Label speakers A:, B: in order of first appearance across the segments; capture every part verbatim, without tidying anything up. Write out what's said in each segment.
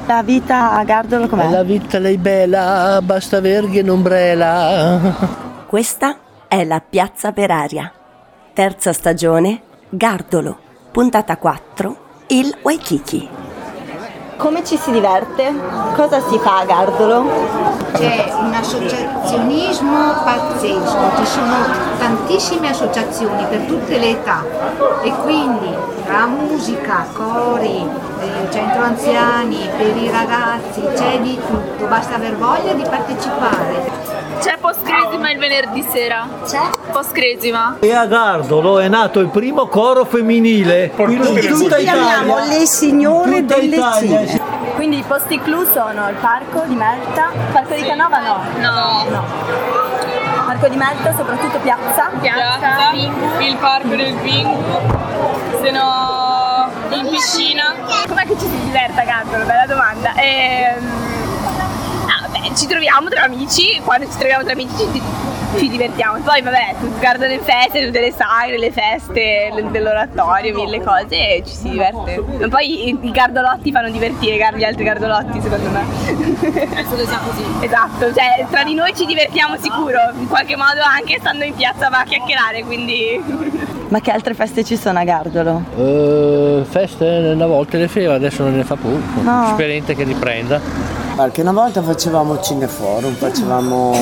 A: La vita a Gardolo com'è?
B: La vita lei bella, basta verghe e ombrella.
C: Questa è la Piazza per aria. Terza stagione, Gardolo. Puntata quattro, il Waikiki.
A: Come ci si diverte? Cosa si fa a Gardolo?
D: C'è un associazionismo pazzesco, ci sono tantissime associazioni per tutte le età e quindi tra musica, cori, eh, centro anziani, per i ragazzi, c'è di tutto, basta aver voglia di partecipare.
E: C'è Post-Cresima il venerdì sera.
D: C'è?
E: Post-Cresima.
F: E a Gardolo è nato il primo coro femminile in tutta
A: Ci chiamiamo
F: Italia.
A: le signore
F: Tutta
A: delle
F: Italia.
A: cime. Quindi i posti clou sono il parco di Melta, il parco di Canova no?
E: No.
A: No. Parco di Melta, soprattutto piazza.
E: Piazza, il parco del Pingu, se no in piscina.
G: Com'è che ci si diverte a Gardolo? Bella domanda. Ehm... Ah, beh, ci troviamo tra amici, quando ci troviamo tra amici ci, ci divertiamo. Poi vabbè, tu Gardolo in feste, tutte le sagre, le feste dell'oratorio, mille cose e ci si diverte. Ma poi i, i gardolotti fanno divertire gli altri gardolotti, secondo me.
E: Penso che sia così.
G: Esatto, cioè tra di noi ci divertiamo sicuro, in qualche modo anche stando in piazza va a chiacchierare, quindi...
A: Ma che altre feste ci sono a Gardolo?
B: Uh, feste una volta le faceva, adesso non ne fa più.
A: No.
B: Speriamo che riprenda.
H: Perché una volta facevamo cineforum, facevamo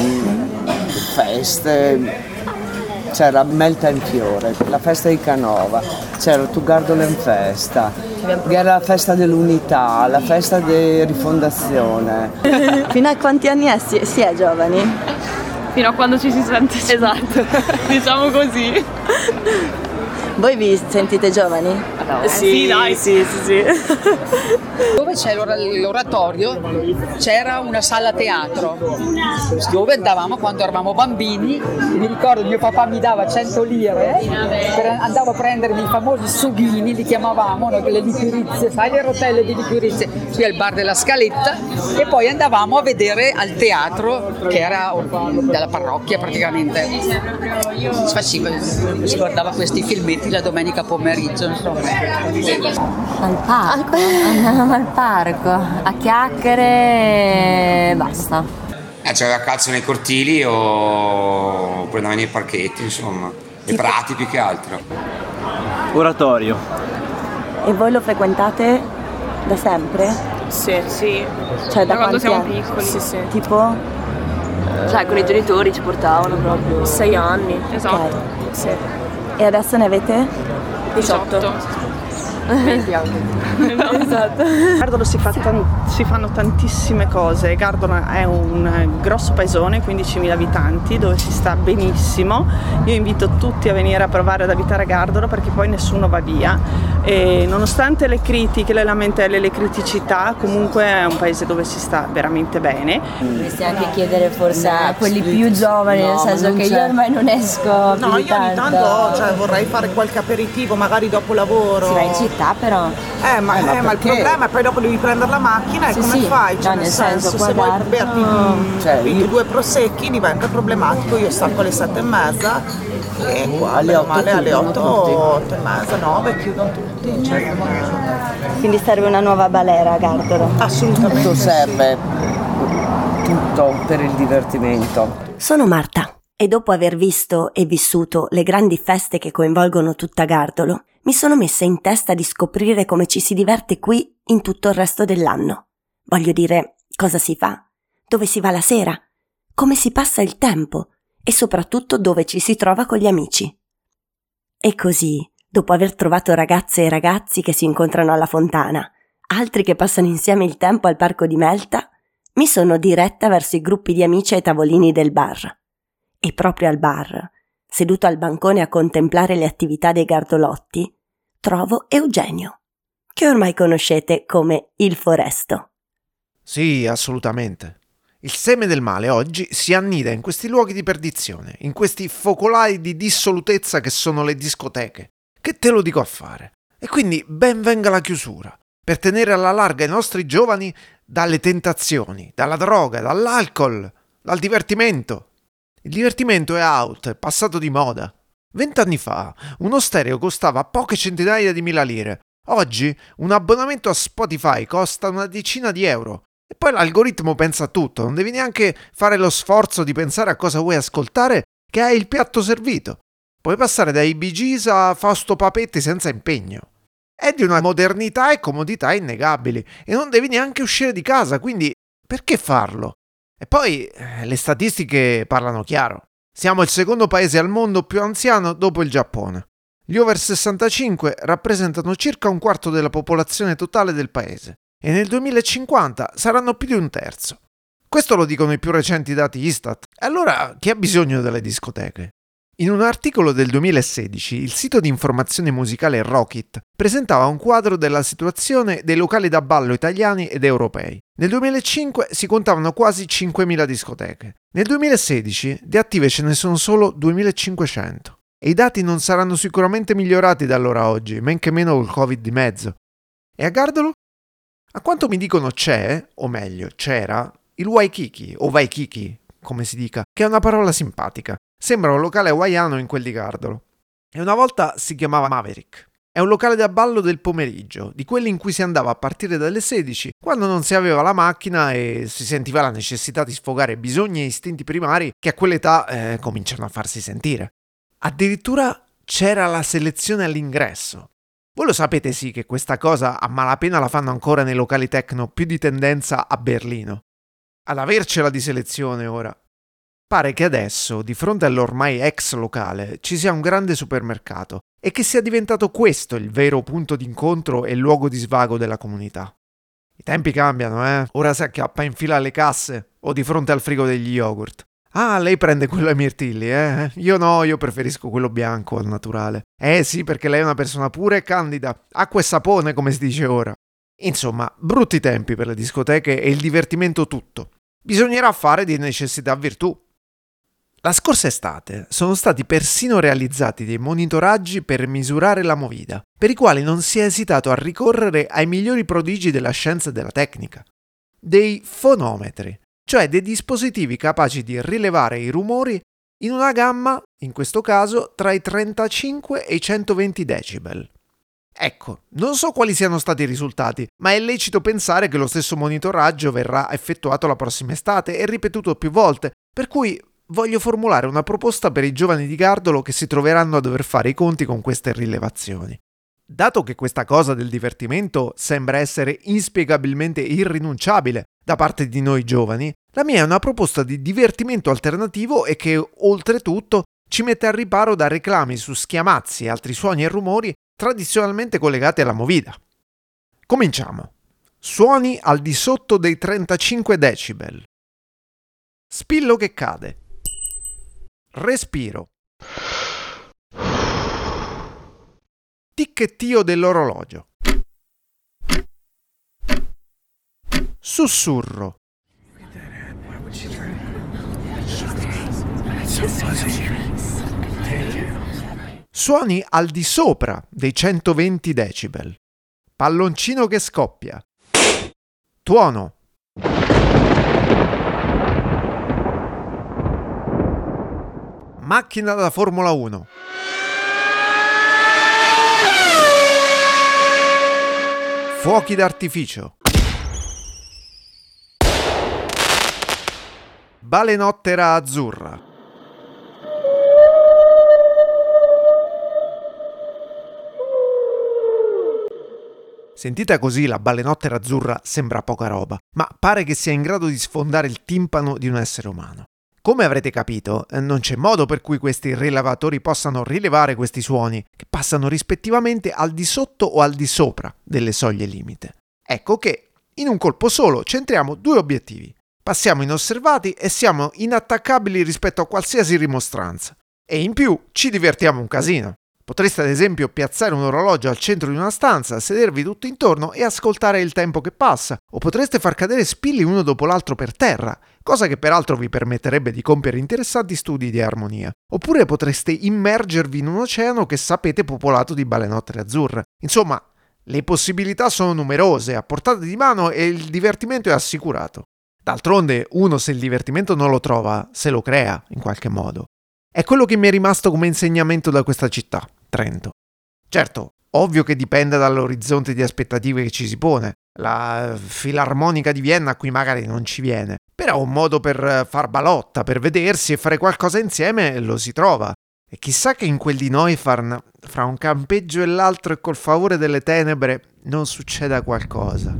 H: feste, c'era Melta in Fiore, la festa di Canova, c'era Tu Gardolo in festa, era la festa dell'unità, la festa di rifondazione.
A: Fino a quanti anni è, si, si è giovani?
E: Fino a quando ci si sente. Esatto, diciamo così.
A: Voi vi sentite giovani?
E: No. Sì, dai.
I: Sì, sì, sì. Dove c'è l'ora- l'oratorio c'era una sala teatro dove andavamo quando eravamo bambini. Mi ricordo mio papà mi dava cento lire per, andavo a prendermi i famosi sughini, li chiamavamo, no? Le liquirizie, sai, le rotelle di liquirizie qui al bar della Scaletta, e poi andavamo a vedere al teatro che era della parrocchia praticamente. Si faceva, si guardava questi filmetti la domenica pomeriggio, insomma.
J: Al parco, andavamo al parco a chiacchiere e basta.
K: Eh, c'era calcio nei cortili o oppure andavamo nei parchetti, insomma, nei prati più che altro.
F: Oratorio.
A: E voi lo frequentate da sempre?
G: Sì, sì.
A: Cioè da,
G: Da quando
A: quanti
G: siamo
A: anni?
G: piccoli. Sì, sì.
A: Tipo?
G: Cioè con i genitori ci portavano proprio. Sei anni. Esatto.
A: Ok.
G: Sì.
A: E adesso ne avete?
G: diciotto.
E: venti anche.
G: Esatto.
L: A Gardolo si, fa tan- si fanno tantissime cose. Gardolo è un grosso paesone, quindicimila abitanti, dove si sta benissimo. Io invito tutti a venire a provare ad abitare a Gardolo perché poi nessuno va via. E nonostante le critiche, le lamentele, le criticità, comunque è un paese dove si sta veramente bene.
J: Dovresti anche chiedere forse a quelli più giovani, nel senso che io ormai non esco più
M: No,
J: di
M: io ogni
J: tanto.
M: tanto cioè, vorrei fare qualche aperitivo, magari dopo lavoro.
J: Si va in città però.
M: Eh, ma,
H: Eh, ma
M: eh, ma il
H: perché?
M: problema è poi dopo devi prendere la macchina e
J: Sì,
M: come
J: sì.
M: fai? Cioè,
J: No,
M: nel
J: nel
M: senso,
J: senso,
M: se
J: qua
M: vuoi
J: Gardolo-
M: berti mm,
H: Cioè,
M: quindi
H: io-
M: due prosecchi diventa problematico. Io stacco alle sette e mezza e qua
H: alle
M: bene o
H: otto
M: male alle
H: chiudono
M: otto,
H: tutti.
M: otto e mezza, nove chiudono tutti. Cioè,
A: Quindi serve una nuova balera a Gardolo.
M: assolutamente.
H: Tutto
M: sì.
H: serve, tutto per il divertimento.
C: Sono Marta e dopo aver visto e vissuto le grandi feste che coinvolgono tutta Gardolo, mi sono messa in testa di scoprire come ci si diverte qui in tutto il resto dell'anno. Voglio dire, cosa si fa, dove si va la sera, come si passa il tempo e soprattutto dove ci si trova con gli amici. E così, dopo aver trovato ragazze e ragazzi che si incontrano alla fontana, altri che passano insieme il tempo al parco di Melta, mi sono diretta verso i gruppi di amici ai tavolini del bar. E proprio al bar, seduto al bancone a contemplare le attività dei gardolotti, trovo Eugenio, che ormai conoscete come il Foresto.
N: Sì, assolutamente. Il seme del male oggi si annida in questi luoghi di perdizione, in questi focolai di dissolutezza che sono le discoteche. Che te lo dico a fare? E quindi ben venga la chiusura, per tenere alla larga i nostri giovani dalle tentazioni, dalla droga, dall'alcol, dal divertimento. Il divertimento è out, è passato di moda. Vent'anni fa uno stereo costava poche centinaia di mila lire, Oggi un abbonamento a Spotify costa una decina di euro e poi l'algoritmo pensa a tutto, non devi neanche fare lo sforzo di pensare a cosa vuoi ascoltare, che hai il piatto servito. Puoi passare dai Bee Gees a Fausto Papetti senza impegno. È di una modernità e comodità innegabili e non devi neanche uscire di casa, quindi perché farlo? E poi eh, le statistiche parlano chiaro. Siamo il secondo paese al mondo più anziano dopo il Giappone. Gli over sessantacinque rappresentano circa un quarto della popolazione totale del paese e nel duemilacinquanta saranno più di un terzo. Questo lo dicono i più recenti dati Istat. E allora chi ha bisogno delle discoteche? In un articolo del duemilasedici, il sito di informazione musicale Rockit presentava un quadro della situazione dei locali da ballo italiani ed europei. Nel duemilacinque si contavano quasi cinquemila discoteche. Nel duemilasedici di attive ce ne sono solo duemilacinquecento. E i dati non saranno sicuramente migliorati da allora a oggi, men che meno col Covid di mezzo. E a Gardolo? A quanto mi dicono c'è, o meglio c'era, il Waikiki, o Waikiki, come si dica, che è una parola simpatica. Sembra un locale hawaiano in quel di Gardolo. E una volta si chiamava Maverick. È un locale da ballo del pomeriggio, di quelli in cui si andava a partire dalle sedici, quando non si aveva la macchina e si sentiva la necessità di sfogare bisogni e istinti primari che a quell'età eh, cominciano a farsi sentire. Addirittura c'era la selezione all'ingresso. Voi lo sapete sì che questa cosa a malapena la fanno ancora nei locali techno più di tendenza a Berlino. Ad avercela di selezione ora. Pare che adesso, di fronte all'ormai ex locale, ci sia un grande supermercato e che sia diventato questo il vero punto d'incontro e luogo di svago della comunità. I tempi cambiano, eh? Ora si acchiappa in fila alle casse o di fronte al frigo degli yogurt. Ah, lei prende quello ai mirtilli, eh? Io no, io preferisco quello bianco al naturale. Eh sì, perché lei è una persona pura e candida. Acqua e sapone, come si dice ora. Insomma, brutti tempi per le discoteche e il divertimento tutto. Bisognerà fare di necessità virtù. La scorsa estate sono stati persino realizzati dei monitoraggi per misurare la movida, per i quali non si è esitato a ricorrere ai migliori prodigi della scienza e della tecnica. Dei fonometri, cioè dei dispositivi capaci di rilevare i rumori in una gamma, in questo caso, tra i trentacinque e i centoventi decibel. Ecco, non so quali siano stati i risultati, ma è lecito pensare che lo stesso monitoraggio verrà effettuato la prossima estate e ripetuto più volte, per cui voglio formulare una proposta per i giovani di Gardolo che si troveranno a dover fare i conti con queste rilevazioni. Dato che questa cosa del divertimento sembra essere inspiegabilmente irrinunciabile da parte di noi giovani, la mia è una proposta di divertimento alternativo e che, oltretutto, ci mette al riparo da reclami su schiamazzi e altri suoni e rumori tradizionalmente collegati alla movida. Cominciamo. Suoni al di sotto dei trentacinque decibel. Spillo che cade. Respiro. Ticchettio dell'orologio. Sussurro. Suoni al di sopra dei centoventi decibel. Palloncino che scoppia. Tuono. Macchina da Formula uno. Fuochi d'artificio. Balenottera azzurra. Sentita così, la balenottera azzurra sembra poca roba, ma pare che sia in grado di sfondare il timpano di un essere umano. Come avrete capito, non c'è modo per cui questi rilevatori possano rilevare questi suoni, che passano rispettivamente al di sotto o al di sopra delle soglie limite. Ecco che, in un colpo solo, centriamo due obiettivi. Passiamo inosservati e siamo inattaccabili rispetto a qualsiasi rimostranza. E in più ci divertiamo un casino. Potreste ad esempio piazzare un orologio al centro di una stanza, sedervi tutto intorno e ascoltare il tempo che passa, o potreste far cadere spilli uno dopo l'altro per terra, cosa che peraltro vi permetterebbe di compiere interessanti studi di armonia. Oppure potreste immergervi in un oceano che sapete popolato di balenottere azzurre. Insomma, le possibilità sono numerose, a portata di mano e il divertimento è assicurato. D'altronde, uno se il divertimento non lo trova, se lo crea in qualche modo. È quello che mi è rimasto come insegnamento da questa città, Trento. Certo, Ovvio che dipende dall'orizzonte di aspettative che ci si pone. La Filarmonica di Vienna qui magari non ci viene, però un modo per far balotta, per vedersi e fare qualcosa insieme lo si trova. E chissà che in quel di Neufarn, fra un campeggio e l'altro e col favore delle tenebre, non succeda qualcosa.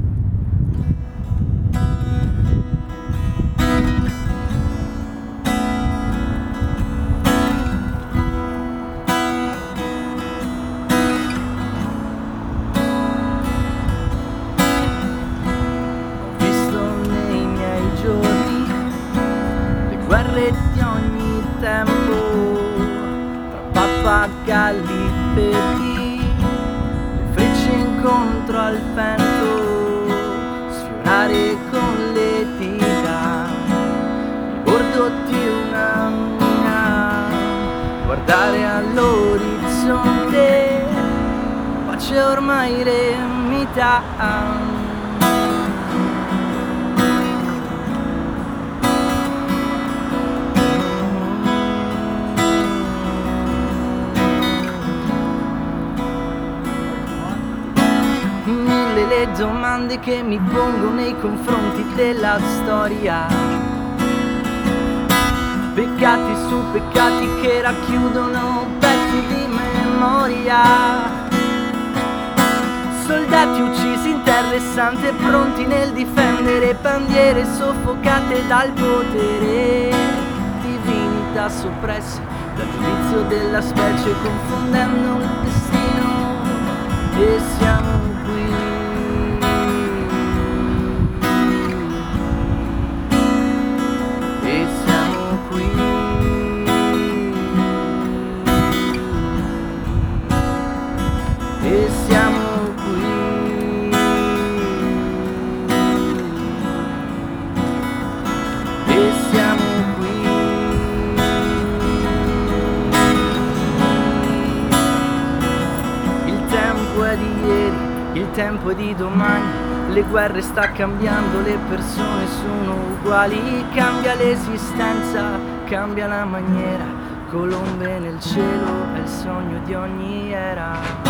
O: Ho visto nei miei giorni le guerre di ogni tempo, pappagalli verdi, le frecce incontro al vento, sfiorare con le dita il bordo di una mina, guardare all'orizzonte, pace ormai remita. Le domande che mi pongo nei confronti della storia, peccati su peccati che racchiudono pezzi di memoria, soldati uccisi in terre sante pronti nel difendere bandiere soffocate dal potere, divinità soppresse dal giudizio della specie confondendo il destino, e siamo e siamo qui, e siamo qui. Il tempo è di ieri, il tempo è di domani, le guerre sta cambiando, le persone sono uguali, cambia l'esistenza, cambia la maniera, colombe nel cielo è il sogno di ogni era.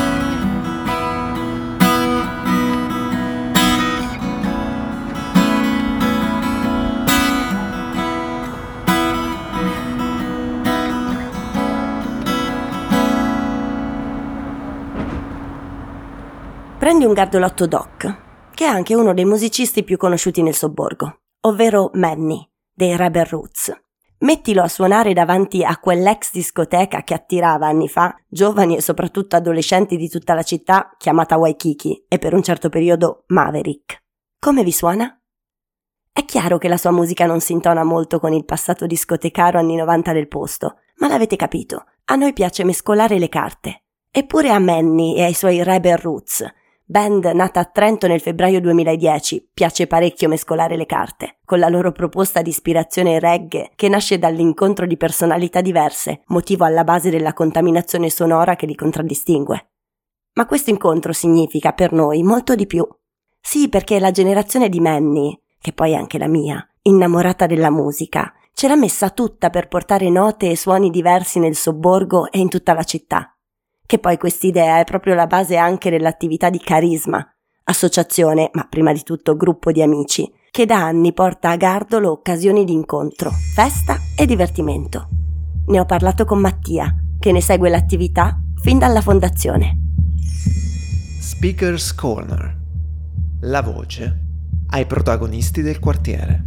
C: Prendi un gardolotto Doc, che è anche uno dei musicisti più conosciuti nel sobborgo, ovvero Manny, dei Rebel Roots. Mettilo a suonare davanti a quell'ex discoteca che attirava anni fa giovani e soprattutto adolescenti di tutta la città, chiamata Waikiki, e per un certo periodo Maverick. Come vi suona? È chiaro che la sua musica non si intona molto con il passato discotecaro anni novanta del posto, ma l'avete capito, a noi piace mescolare le carte. Eppure a Manny e ai suoi Rebel Roots, band nata a Trento nel febbraio duemiladieci, piace parecchio mescolare le carte, con la loro proposta di ispirazione reggae che nasce dall'incontro di personalità diverse, motivo alla base della contaminazione sonora che li contraddistingue. Ma questo incontro significa per noi molto di più. Sì, perché la generazione di Manny, che poi è anche la mia, innamorata della musica, ce l'ha messa tutta per portare note e suoni diversi nel sobborgo e in tutta la città. Che poi quest'idea è proprio la base anche dell'attività di Carisma, associazione, ma prima di tutto gruppo di amici, che da anni porta a Gardolo occasioni di incontro, festa e divertimento. Ne ho parlato con Mattia, che ne segue l'attività fin dalla fondazione.
N: Speaker's Corner. La voce ai protagonisti del quartiere.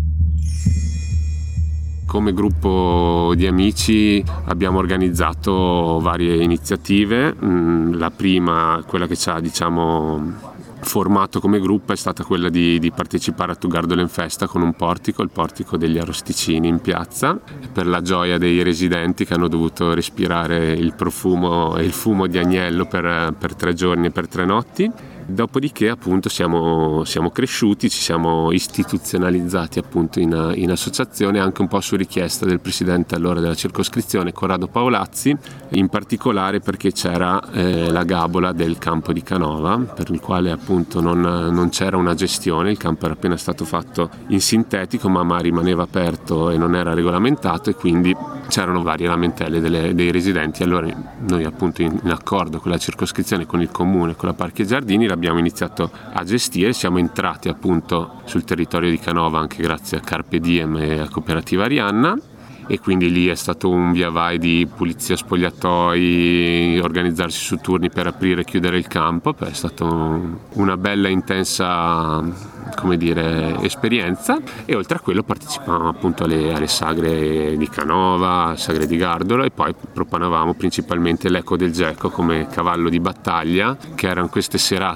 P: Come gruppo di amici abbiamo organizzato varie iniziative. La prima, quella che ci ha diciamo formato come gruppo, è stata quella di, di partecipare a To Gardolen Festa con un portico, il portico degli arrosticini in piazza, per la gioia dei residenti che hanno dovuto respirare il profumo e il fumo di agnello per, per tre giorni e per tre notti. Dopodiché appunto siamo, siamo cresciuti, ci siamo istituzionalizzati appunto in, in associazione, anche un po' su richiesta del presidente allora della circoscrizione Corrado Paolazzi, in particolare perché c'era eh, la gabola del campo di Canova, per il quale appunto non, non c'era una gestione, il campo era appena stato fatto in sintetico ma, ma rimaneva aperto e non era regolamentato, e quindi c'erano varie lamentele delle, dei residenti. Allora noi appunto in, in accordo con la circoscrizione, con il comune, con la Parchi e Giardini l'abbiamo iniziato a gestire, siamo entrati appunto sul territorio di Canova anche grazie a Carpe Diem e a Cooperativa Arianna, e quindi lì è stato un via vai di pulizia spogliatoi, organizzarsi su turni per aprire e chiudere il campo. È stata una bella intensa, come dire, esperienza, e oltre a quello partecipavamo appunto alle, alle sagre di Canova, sagre di Gardolo, e poi proponevamo principalmente l'Eco del Geco come cavallo di battaglia, che erano queste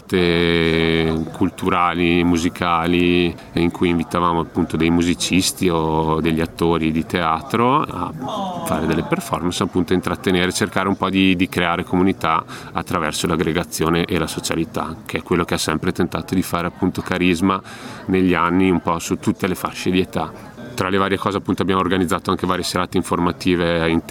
P: serate culturali, musicali, in cui invitavamo appunto dei musicisti o degli attori di teatro a fare delle performance, appunto intrattenere, cercare un po' di, di creare comunità attraverso l'aggregazione e la socialità, che è quello che ha sempre tentato di fare appunto Carisma negli anni, un po' su tutte le fasce di età. Tra le varie cose appunto abbiamo organizzato anche varie serate informative in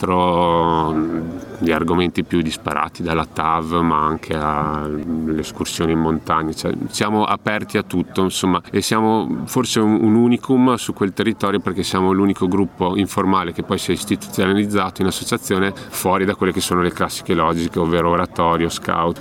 P: teatro di argomenti più disparati, dalla T A V ma anche alle escursioni in montagna, cioè, siamo aperti a tutto insomma, e siamo forse un, un unicum su quel territorio perché siamo l'unico gruppo informale che poi si è istituzionalizzato in associazione fuori da quelle che sono le classiche logiche, ovvero oratorio, scout.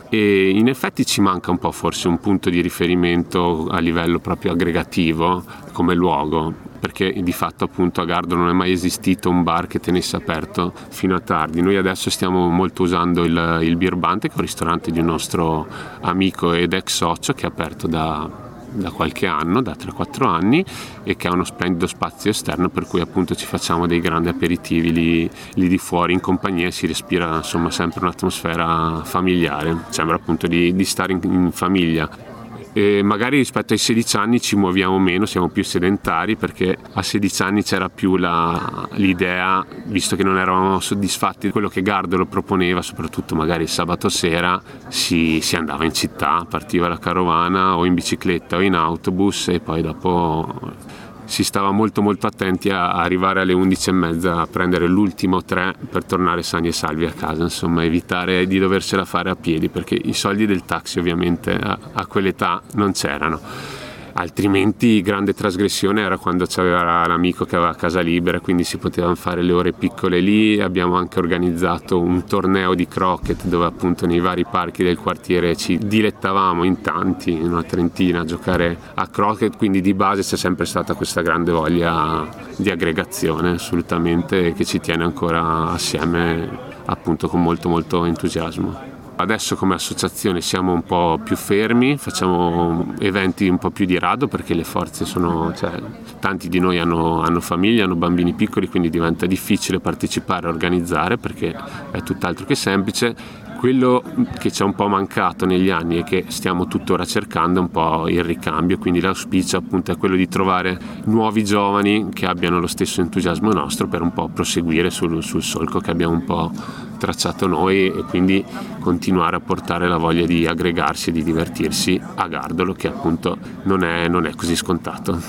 P: E in effetti ci manca un po' forse un punto di riferimento a livello proprio aggregativo come luogo, perché di fatto appunto a Gardolo non è mai esistito un bar che tenesse aperto fino a tardi. Noi adesso stiamo molto usando il, il Birbante, che è un ristorante di un nostro amico ed ex socio che è aperto da da qualche anno, da tre quattro anni, e che ha uno splendido spazio esterno per cui appunto ci facciamo dei grandi aperitivi lì, lì di fuori in compagnia, e si respira insomma sempre un'atmosfera familiare, sembra appunto di, di stare in, in famiglia. E magari rispetto ai sedici anni ci muoviamo meno, siamo più sedentari, perché a sedici anni c'era più la, l'idea, visto che non eravamo soddisfatti di quello che Gardolo proponeva, soprattutto magari il sabato sera si, si andava in città, partiva la carovana o in bicicletta o in autobus, e poi dopo si stava molto molto attenti a arrivare alle undici e mezza a prendere l'ultimo tre per tornare sani e salvi a casa, insomma evitare di doversela fare a piedi, perché i soldi del taxi ovviamente a, a quell'età non c'erano. Altrimenti grande trasgressione era quando c'aveva l'amico che aveva casa libera, quindi si potevano fare le ore piccole lì. Abbiamo anche organizzato un torneo di croquet dove appunto nei vari parchi del quartiere ci dilettavamo in tanti, in una trentina, a giocare a croquet, quindi di base c'è sempre stata questa grande voglia di aggregazione assolutamente, che ci tiene ancora assieme appunto con molto molto entusiasmo. Adesso come associazione siamo un po' più fermi, facciamo eventi un po' più di rado perché le forze sono, cioè, tanti di noi hanno, hanno famiglie, hanno bambini piccoli, quindi diventa difficile partecipare e organizzare perché è tutt'altro che semplice. Quello che ci è un po' mancato negli anni e che stiamo tuttora cercando è un po' il ricambio, quindi l'auspicio appunto è quello di trovare nuovi giovani che abbiano lo stesso entusiasmo nostro per un po' proseguire sul, sul solco che abbiamo un po' tracciato noi, e quindi continuare a portare la voglia di aggregarsi e di divertirsi a Gardolo, che appunto non è, non è così scontato.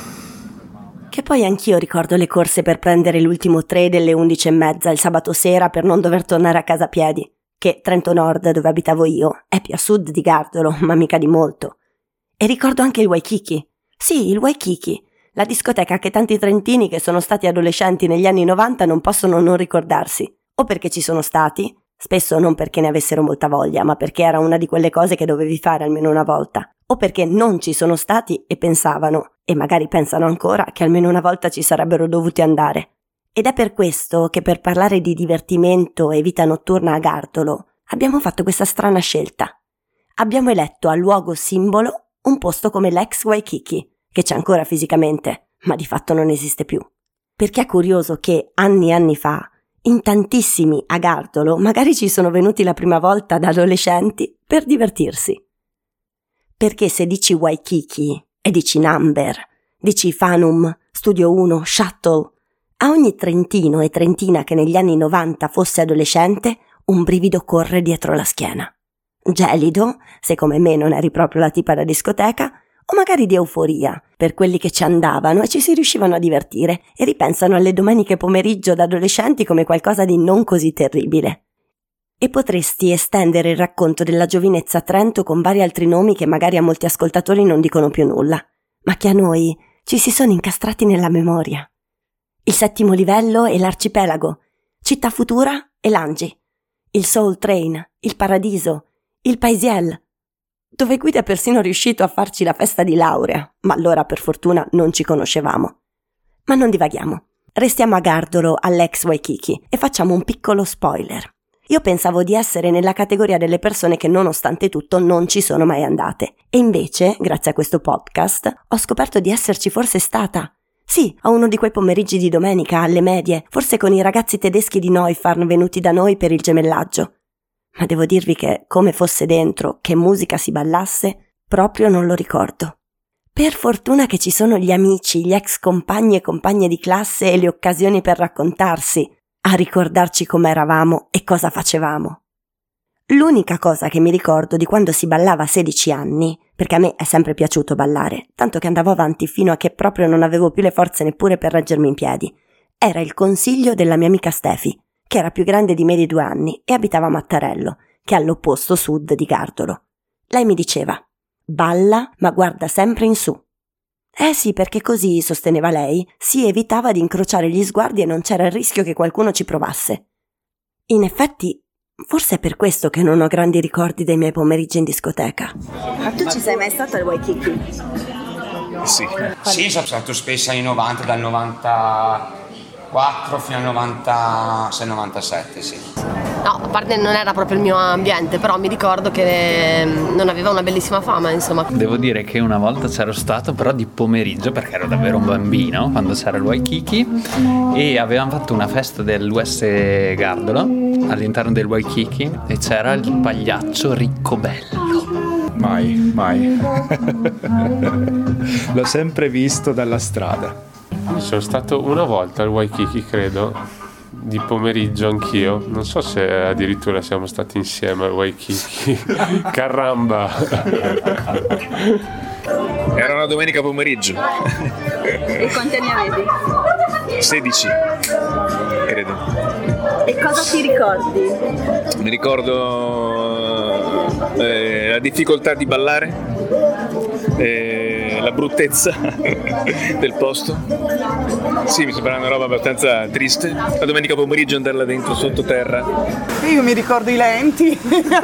C: Che poi anch'io ricordo le corse per prendere l'ultimo tre delle undici e mezza il sabato sera per non dover tornare a casa a piedi, che Trento Nord, dove abitavo io, è più a sud di Gardolo, ma mica di molto. E ricordo anche il Waikiki. Sì, il Waikiki, la discoteca che tanti trentini che sono stati adolescenti negli anni novanta non possono non ricordarsi, o perché ci sono stati, spesso non perché ne avessero molta voglia, ma perché era una di quelle cose che dovevi fare almeno una volta, o perché non ci sono stati e pensavano, e magari pensano ancora, che almeno una volta ci sarebbero dovuti andare. Ed è per questo che per parlare di divertimento e vita notturna a Gardolo abbiamo fatto questa strana scelta. Abbiamo eletto a luogo simbolo un posto come l'ex Waikiki, che c'è ancora fisicamente, ma di fatto non esiste più. Perché è curioso che anni e anni fa, in tantissimi a Gardolo magari ci sono venuti la prima volta da adolescenti per divertirsi. Perché se dici Waikiki e dici Number, dici Fanum, Studio uno, Shuttle, a ogni trentino e trentina che negli anni novanta fosse adolescente, un brivido corre dietro la schiena. Gelido, se come me non eri proprio la tipa da discoteca, o magari di euforia, per quelli che ci andavano e ci si riuscivano a divertire e ripensano alle domeniche pomeriggio da adolescenti come qualcosa di non così terribile. E potresti estendere il racconto della giovinezza a Trento con vari altri nomi che magari a molti ascoltatori non dicono più nulla, ma che a noi ci si sono incastrati nella memoria. Il Settimo Livello e l'Arcipelago, Città Futura e l'Angi, il Soul Train, il Paradiso, il Paisiel, dove Guido è persino riuscito a farci la festa di laurea, ma allora per fortuna non ci conoscevamo. Ma non divaghiamo. Restiamo a Gardolo, all'ex Waikiki, e facciamo un piccolo spoiler. Io pensavo di essere nella categoria delle persone che nonostante tutto non ci sono mai andate. E invece, grazie a questo podcast, ho scoperto di esserci forse stata. Sì, a uno di quei pomeriggi di domenica, alle medie, forse con i ragazzi tedeschi di Neufarn venuti da noi per il gemellaggio. Ma devo dirvi che, come fosse dentro, che musica si ballasse, proprio non lo ricordo. Per fortuna che ci sono gli amici, gli ex compagni e compagne di classe e le occasioni per raccontarsi, a ricordarci come eravamo e cosa facevamo. L'unica cosa che mi ricordo di quando si ballava a sedici anni, perché a me è sempre piaciuto ballare, tanto che andavo avanti fino a che proprio non avevo più le forze neppure per reggermi in piedi, era il consiglio della mia amica Stefi, che era più grande di me di due anni e abitava a Mattarello, che è all'opposto sud di Gardolo. Lei mi diceva: balla, ma guarda sempre in su. Eh sì, perché così, sosteneva lei, si evitava di incrociare gli sguardi e non c'era il rischio che qualcuno ci provasse. In effetti, forse è per questo che non ho grandi ricordi dei miei pomeriggi in discoteca.
A: Ma tu ci sei mai stato al Waikiki?
K: Sì. Sì, sono stato spesso anni novanta, dal novantaquattro fino al novantasei novantasette, sì.
Q: No, a parte non era proprio il mio ambiente, però mi ricordo che non aveva una bellissima fama, insomma.
R: Devo dire che una volta c'ero stato però di pomeriggio, perché ero davvero un bambino quando c'era il Waikiki, e avevamo fatto una festa dell'U S Gardolo all'interno del Waikiki e c'era il pagliaccio Riccobello.
S: Mai, mai. L'ho sempre visto dalla strada.
P: Sono stato una volta al Waikiki, credo, di pomeriggio anch'io. Non so se addirittura siamo stati insieme al Waikiki. Caramba!
S: Era una domenica pomeriggio.
A: E quanti anni avevi?
S: sedici, credo.
A: E cosa ti ricordi?
S: Mi ricordo eh, la difficoltà di ballare, eh, la bruttezza del posto. Sì, mi sembrava una roba abbastanza triste. La domenica pomeriggio andarla dentro sottoterra.
L: Io mi ricordo i lenti.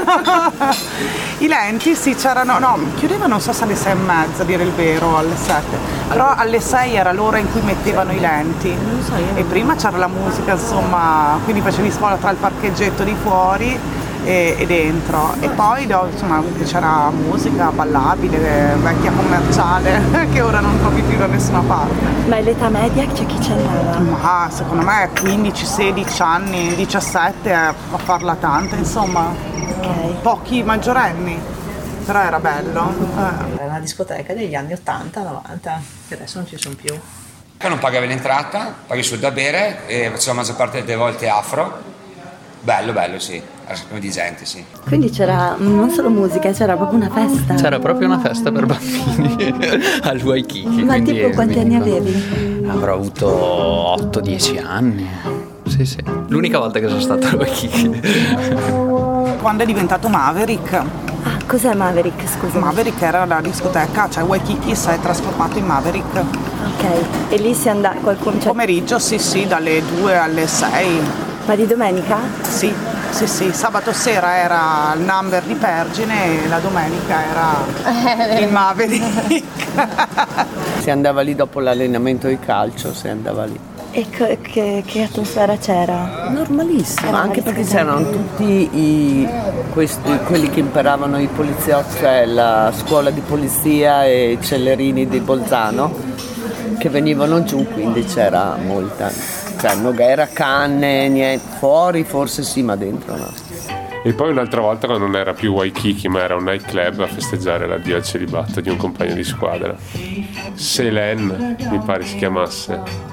L: I lenti, sì, c'erano, no, chiudevano non so se alle sei e mezza, a dire il vero, alle sette. Però alle sei era l'ora in cui mettevano i lenti. E prima c'era la musica, insomma, quindi facevi spola tra il parcheggetto di fuori e, e dentro. E poi insomma c'era musica ballabile, vecchia commerciale, che ora non trovi più da nessuna parte.
A: Ma l'età media c'è chi ci andava?
L: Ma secondo me quindici sedici anni, diciassette a farla tanta, insomma.
A: Okay.
L: Pochi maggiorenni, però era bello.
M: Eh. Era una discoteca degli anni ottanta novanta, che adesso non ci sono più.
K: Non pagavi l'entrata, paghi solo da bere e facevo la maggior parte delle volte afro. Bello, bello, sì. Era sempre di gente, sì.
A: Quindi c'era non solo musica, c'era proprio una festa.
R: C'era proprio una festa per bambini al Waikiki.
A: Ma tipo quanti anni avevi?
R: Avrò avuto otto dieci anni. Sì, sì. L'unica volta che sono stato al Waikiki.
L: Quando è diventato Maverick.
A: Ah, cos'è Maverick, scusa?
L: Maverick era la discoteca, cioè Waikiki si è trasformato in Maverick.
A: Ok, e lì si andava qualcuno... Cioè...
L: Pomeriggio, sì, sì, dalle due alle sei.
A: Ma di domenica?
L: Sì, sì, sì. Sabato sera era il number di Pergine e la domenica era il Maverick.
H: Si andava lì dopo l'allenamento di calcio, si andava lì.
A: E che, che, che atmosfera c'era?
H: Normalissima, era anche perché c'erano tutti i, questi, quelli che imparavano i poliziotti, cioè la scuola di polizia e i Cellerini di Bolzano, che venivano giù, quindi c'era molta, cioè non era canne, niente, fuori forse sì, ma dentro no.
P: E poi un'altra volta quando non era più Waikiki ma era un nightclub a festeggiare l'addio al celibato di un compagno di squadra, Selen mi pare si chiamasse.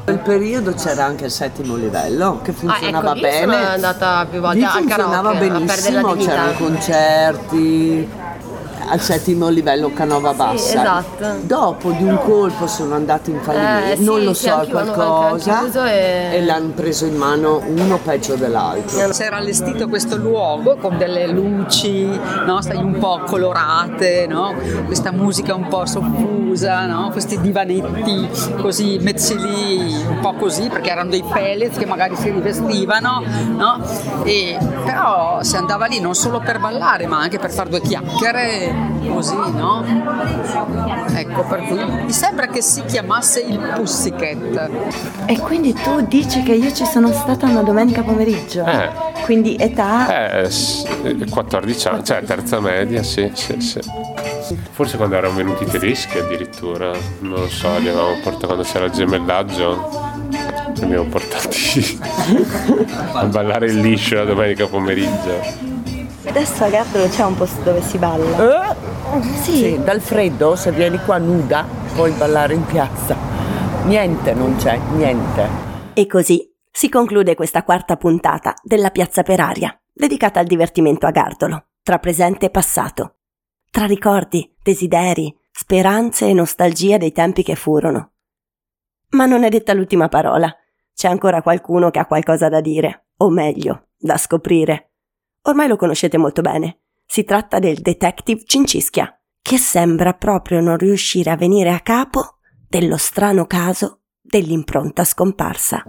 H: quel periodo c'era anche il settimo livello che funzionava
Q: ah, ecco, bene. Sono andata più volte
H: lì
Q: al
H: funzionava
Q: karaoke,
H: benissimo, c'erano concerti al settimo livello Canova Bassa.
Q: Sì, esatto.
H: Dopo di un colpo sono andati in fallimento,
Q: eh, sì,
H: non lo
Q: sì,
H: so qualcosa
Q: e...
H: e l'hanno preso in mano uno peggio dell'altro.
I: Si era allestito questo luogo con delle luci, no? Sai, un po' colorate, no? Questa musica un po' soffusa, no? Questi divanetti così messi lì un po' così perché erano dei pellets che magari si rivestivano, no? E però si andava lì non solo per ballare ma anche per fare due chiacchiere così, no? Ecco, per cui mi sembra che si chiamasse il Pussycat.
A: E quindi tu dici che io ci sono stata una domenica pomeriggio?
P: Eh.
A: Quindi età?
P: Eh, quattordici anni, cioè terza media, sì, sì, sì. Forse quando erano venuti i tedeschi addirittura, non lo so, li avevamo portato quando c'era il gemellaggio, li abbiamo portati a ballare il liscio la domenica pomeriggio.
A: Adesso a Gardolo c'è un posto dove si balla.
H: Eh? Sì. Sì, dal freddo se vieni qua nuda puoi ballare in piazza. Niente non c'è, niente.
C: E così si conclude questa quarta puntata della Piazza per Aria, dedicata al divertimento a Gardolo, tra presente e passato, tra ricordi, desideri, speranze e nostalgia dei tempi che furono. Ma non è detta l'ultima parola. C'è ancora qualcuno che ha qualcosa da dire, o meglio, da scoprire. Ormai lo conoscete molto bene. Si tratta del detective Cincischia, che sembra proprio non riuscire a venire a capo dello strano caso dell'impronta scomparsa.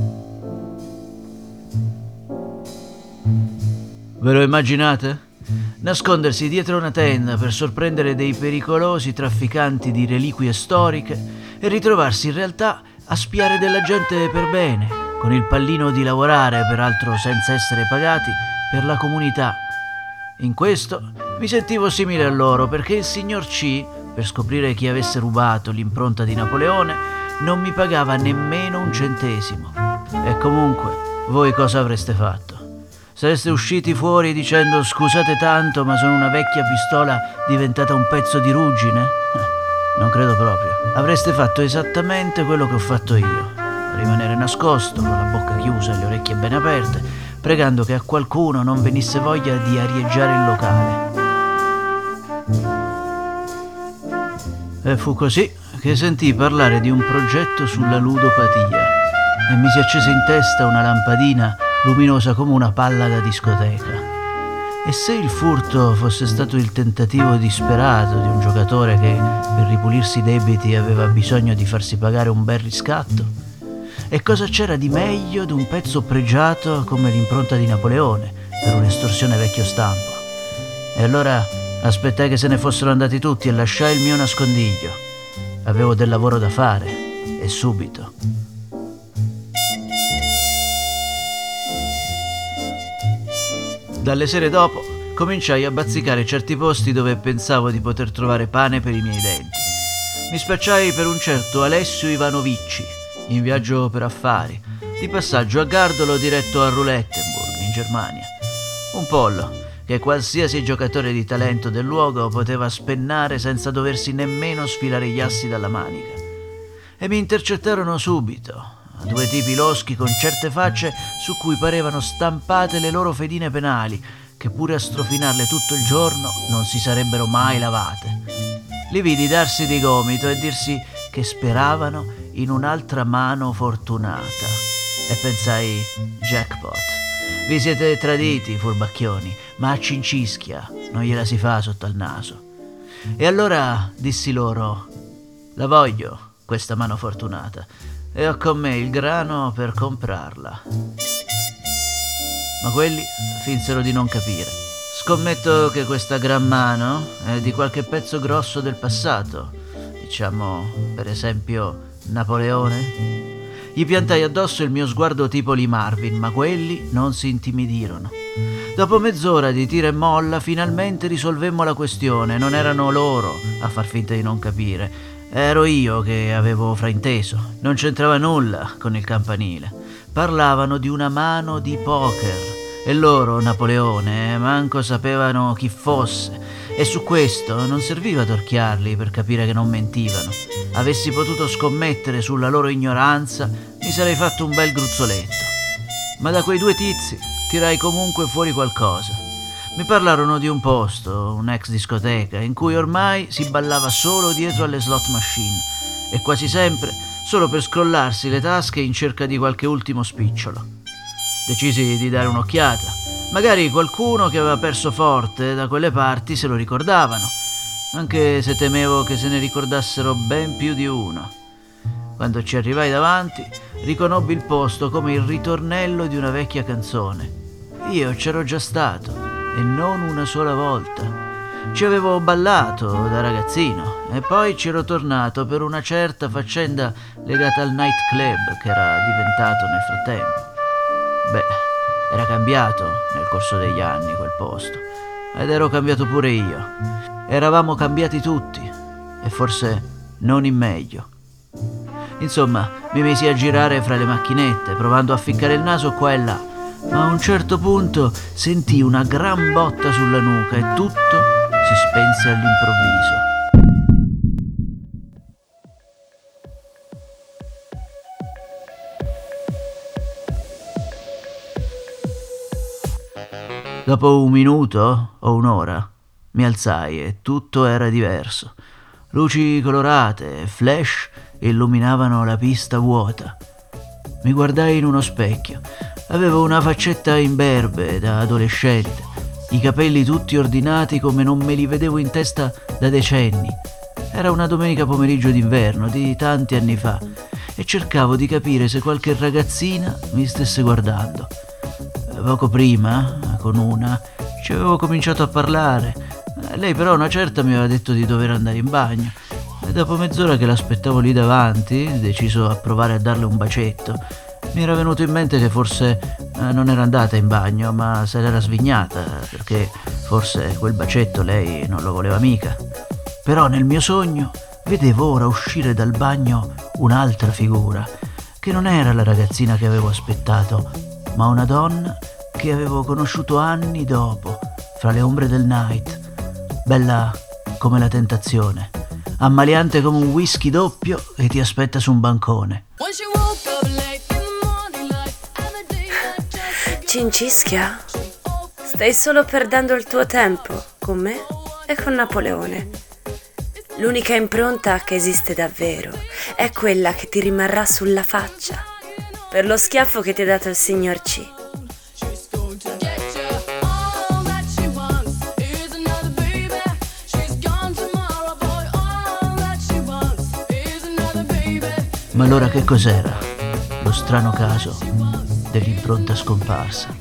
O: Ve lo immaginate? Nascondersi dietro una tenda per sorprendere dei pericolosi trafficanti di reliquie storiche e ritrovarsi in realtà a spiare della gente per bene, con il pallino di lavorare, peraltro senza essere pagati, per la comunità. In questo mi sentivo simile a loro, perché il signor C, per scoprire chi avesse rubato l'impronta di Napoleone, non mi pagava nemmeno un centesimo. E comunque, voi cosa avreste fatto? Sareste usciti fuori dicendo «scusate tanto, ma sono una vecchia pistola diventata un pezzo di ruggine»? Non credo proprio. Avreste fatto esattamente quello che ho fatto io. Rimanere nascosto, con la bocca chiusa e le orecchie ben aperte, pregando che a qualcuno non venisse voglia di arieggiare il locale. E fu così che sentii parlare di un progetto sulla ludopatia e mi si accese in testa una lampadina luminosa come una palla da discoteca. E se il furto fosse stato il tentativo disperato di un giocatore che per ripulirsi i debiti aveva bisogno di farsi pagare un bel riscatto, e cosa c'era di meglio di un pezzo pregiato come l'impronta di Napoleone per un'estorsione vecchio stampo? E allora aspettai che se ne fossero andati tutti e lasciai il mio nascondiglio. Avevo del lavoro da fare, e subito. Dalle sere dopo cominciai a bazzicare certi posti dove pensavo di poter trovare pane per i miei denti. Mi spacciai per un certo Alessio Ivanovici, in viaggio per affari, di passaggio a Gardolo diretto a Rulettenburg, in Germania. Un pollo che qualsiasi giocatore di talento del luogo poteva spennare senza doversi nemmeno sfilare gli assi dalla manica. E mi intercettarono subito, due tipi loschi con certe facce su cui parevano stampate le loro fedine penali, che pure a strofinarle tutto il giorno non si sarebbero mai lavate. Li vidi darsi di gomito e dirsi che speravano in un'altra mano fortunata. E pensai, jackpot. Vi siete traditi, furbacchioni, ma a Cincischia non gliela si fa sotto al naso. E allora dissi loro, la voglio, questa mano fortunata, e ho con me il grano per comprarla. Ma quelli finsero di non capire. Scommetto che questa gran mano è di qualche pezzo grosso del passato, diciamo, per esempio, Napoleone. Gli piantai addosso il mio sguardo tipo Lee Marvin, ma quelli non si intimidirono. Dopo mezz'ora di tira e molla, finalmente risolvemmo la questione. Non erano loro a far finta di non capire. Ero io che avevo frainteso. Non c'entrava nulla con il campanile. Parlavano di una mano di poker. E loro, Napoleone, manco sapevano chi fosse. E su questo non serviva torchiarli per capire che non mentivano.
T: avessi potuto scommettere sulla loro ignoranza, mi sarei fatto un bel gruzzoletto. Ma da quei due tizi tirai comunque fuori qualcosa. Mi parlarono di un posto, un'ex discoteca, in cui ormai si ballava solo dietro alle slot machine e quasi sempre solo per scrollarsi le tasche in cerca di qualche ultimo spicciolo. Decisi di dare un'occhiata. Magari qualcuno che aveva perso forte da quelle parti se lo ricordavano, anche se temevo che se ne ricordassero ben più di uno. Quando ci arrivai davanti, riconobbi il posto come il ritornello di una vecchia canzone. Io c'ero già stato, e non una sola volta. Ci avevo ballato da ragazzino e poi ci ero tornato per una certa faccenda legata al nightclub che era diventato nel frattempo. Beh, era cambiato nel corso degli anni quel posto, ed ero cambiato pure io. Eravamo cambiati tutti, e forse non in meglio. Insomma, mi misi a girare fra le macchinette, provando a ficcare il naso qua e là, ma a un certo punto sentii una gran botta sulla nuca e tutto si spense all'improvviso. Dopo un minuto o un'ora mi alzai e tutto era diverso. Luci colorate e flash illuminavano la pista vuota. Mi guardai in uno specchio. Avevo una faccetta imberbe da adolescente, i capelli tutti ordinati come non me li vedevo in testa da decenni. Era una domenica pomeriggio d'inverno di tanti anni fa e cercavo di capire se qualche ragazzina mi stesse guardando. Poco prima, con una, ci avevo cominciato a parlare. Lei però una certa mi aveva detto di dover andare in bagno e dopo mezz'ora che l'aspettavo lì davanti, deciso a provare a darle un bacetto. Mi era venuto in mente che forse eh, non era andata in bagno, ma se l'era svignata, perché forse quel bacetto lei non lo voleva mica. Però nel mio sogno vedevo ora uscire dal bagno un'altra figura, che non era la ragazzina che avevo aspettato, ma una donna che avevo conosciuto anni dopo, fra le ombre del night, bella come la tentazione, ammaliante come un whisky doppio che ti aspetta su un bancone.
U: Cincischia, stai solo perdendo il tuo tempo con me e con Napoleone. L'unica impronta che esiste davvero è quella che ti rimarrà sulla faccia per lo schiaffo che ti ha dato il signor C.
T: Ma allora che cos'era lo strano caso dell'impronta scomparsa?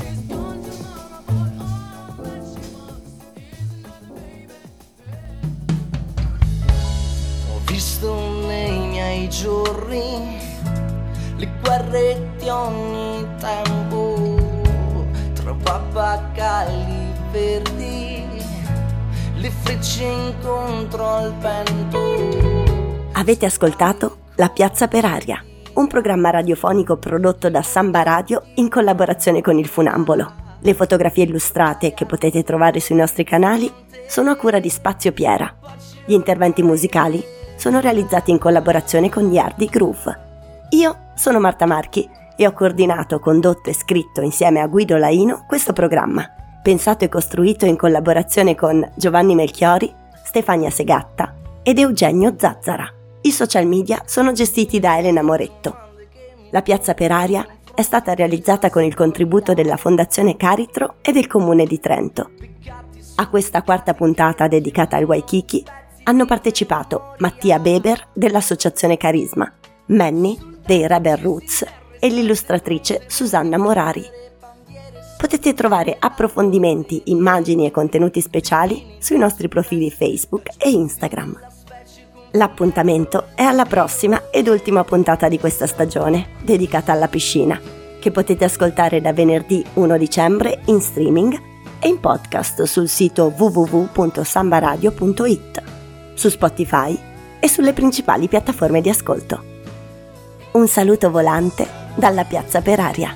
O: Ho visto nei miei giorni le guerre di ogni tempo, tra pappagalli verdi, le frecce incontro al vento.
C: Avete ascoltato La Piazza per Aria, un programma radiofonico prodotto da Samba Radio in collaborazione con il Funambolo. Le fotografie illustrate che potete trovare sui nostri canali sono a cura di Spazio Piera. Gli interventi musicali sono realizzati in collaborazione con gli Hardy Groove. Io sono Marta Marchi e ho coordinato, condotto e scritto insieme a Guido Laino questo programma, pensato e costruito in collaborazione con Giovanni Melchiori, Stefania Segatta ed Eugenio Zazzara. I social media sono gestiti da Elena Moretto. La Piazza per Aria è stata realizzata con il contributo della Fondazione Caritro e del Comune di Trento. A questa quarta puntata dedicata al Waikiki hanno partecipato Mattia Beber dell'Associazione Carisma, Manny dei Rebel Roots e l'illustratrice Susanna Morari. Potete trovare approfondimenti, immagini e contenuti speciali sui nostri profili Facebook e Instagram. L'appuntamento è alla prossima ed ultima puntata di questa stagione, dedicata alla piscina, che potete ascoltare da venerdì primo dicembre in streaming e in podcast sul sito w w w punto sambaradio punto i t, su Spotify e sulle principali piattaforme di ascolto. Un saluto volante dalla Piazza per Aria.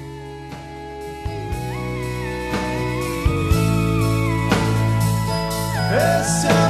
O: Esse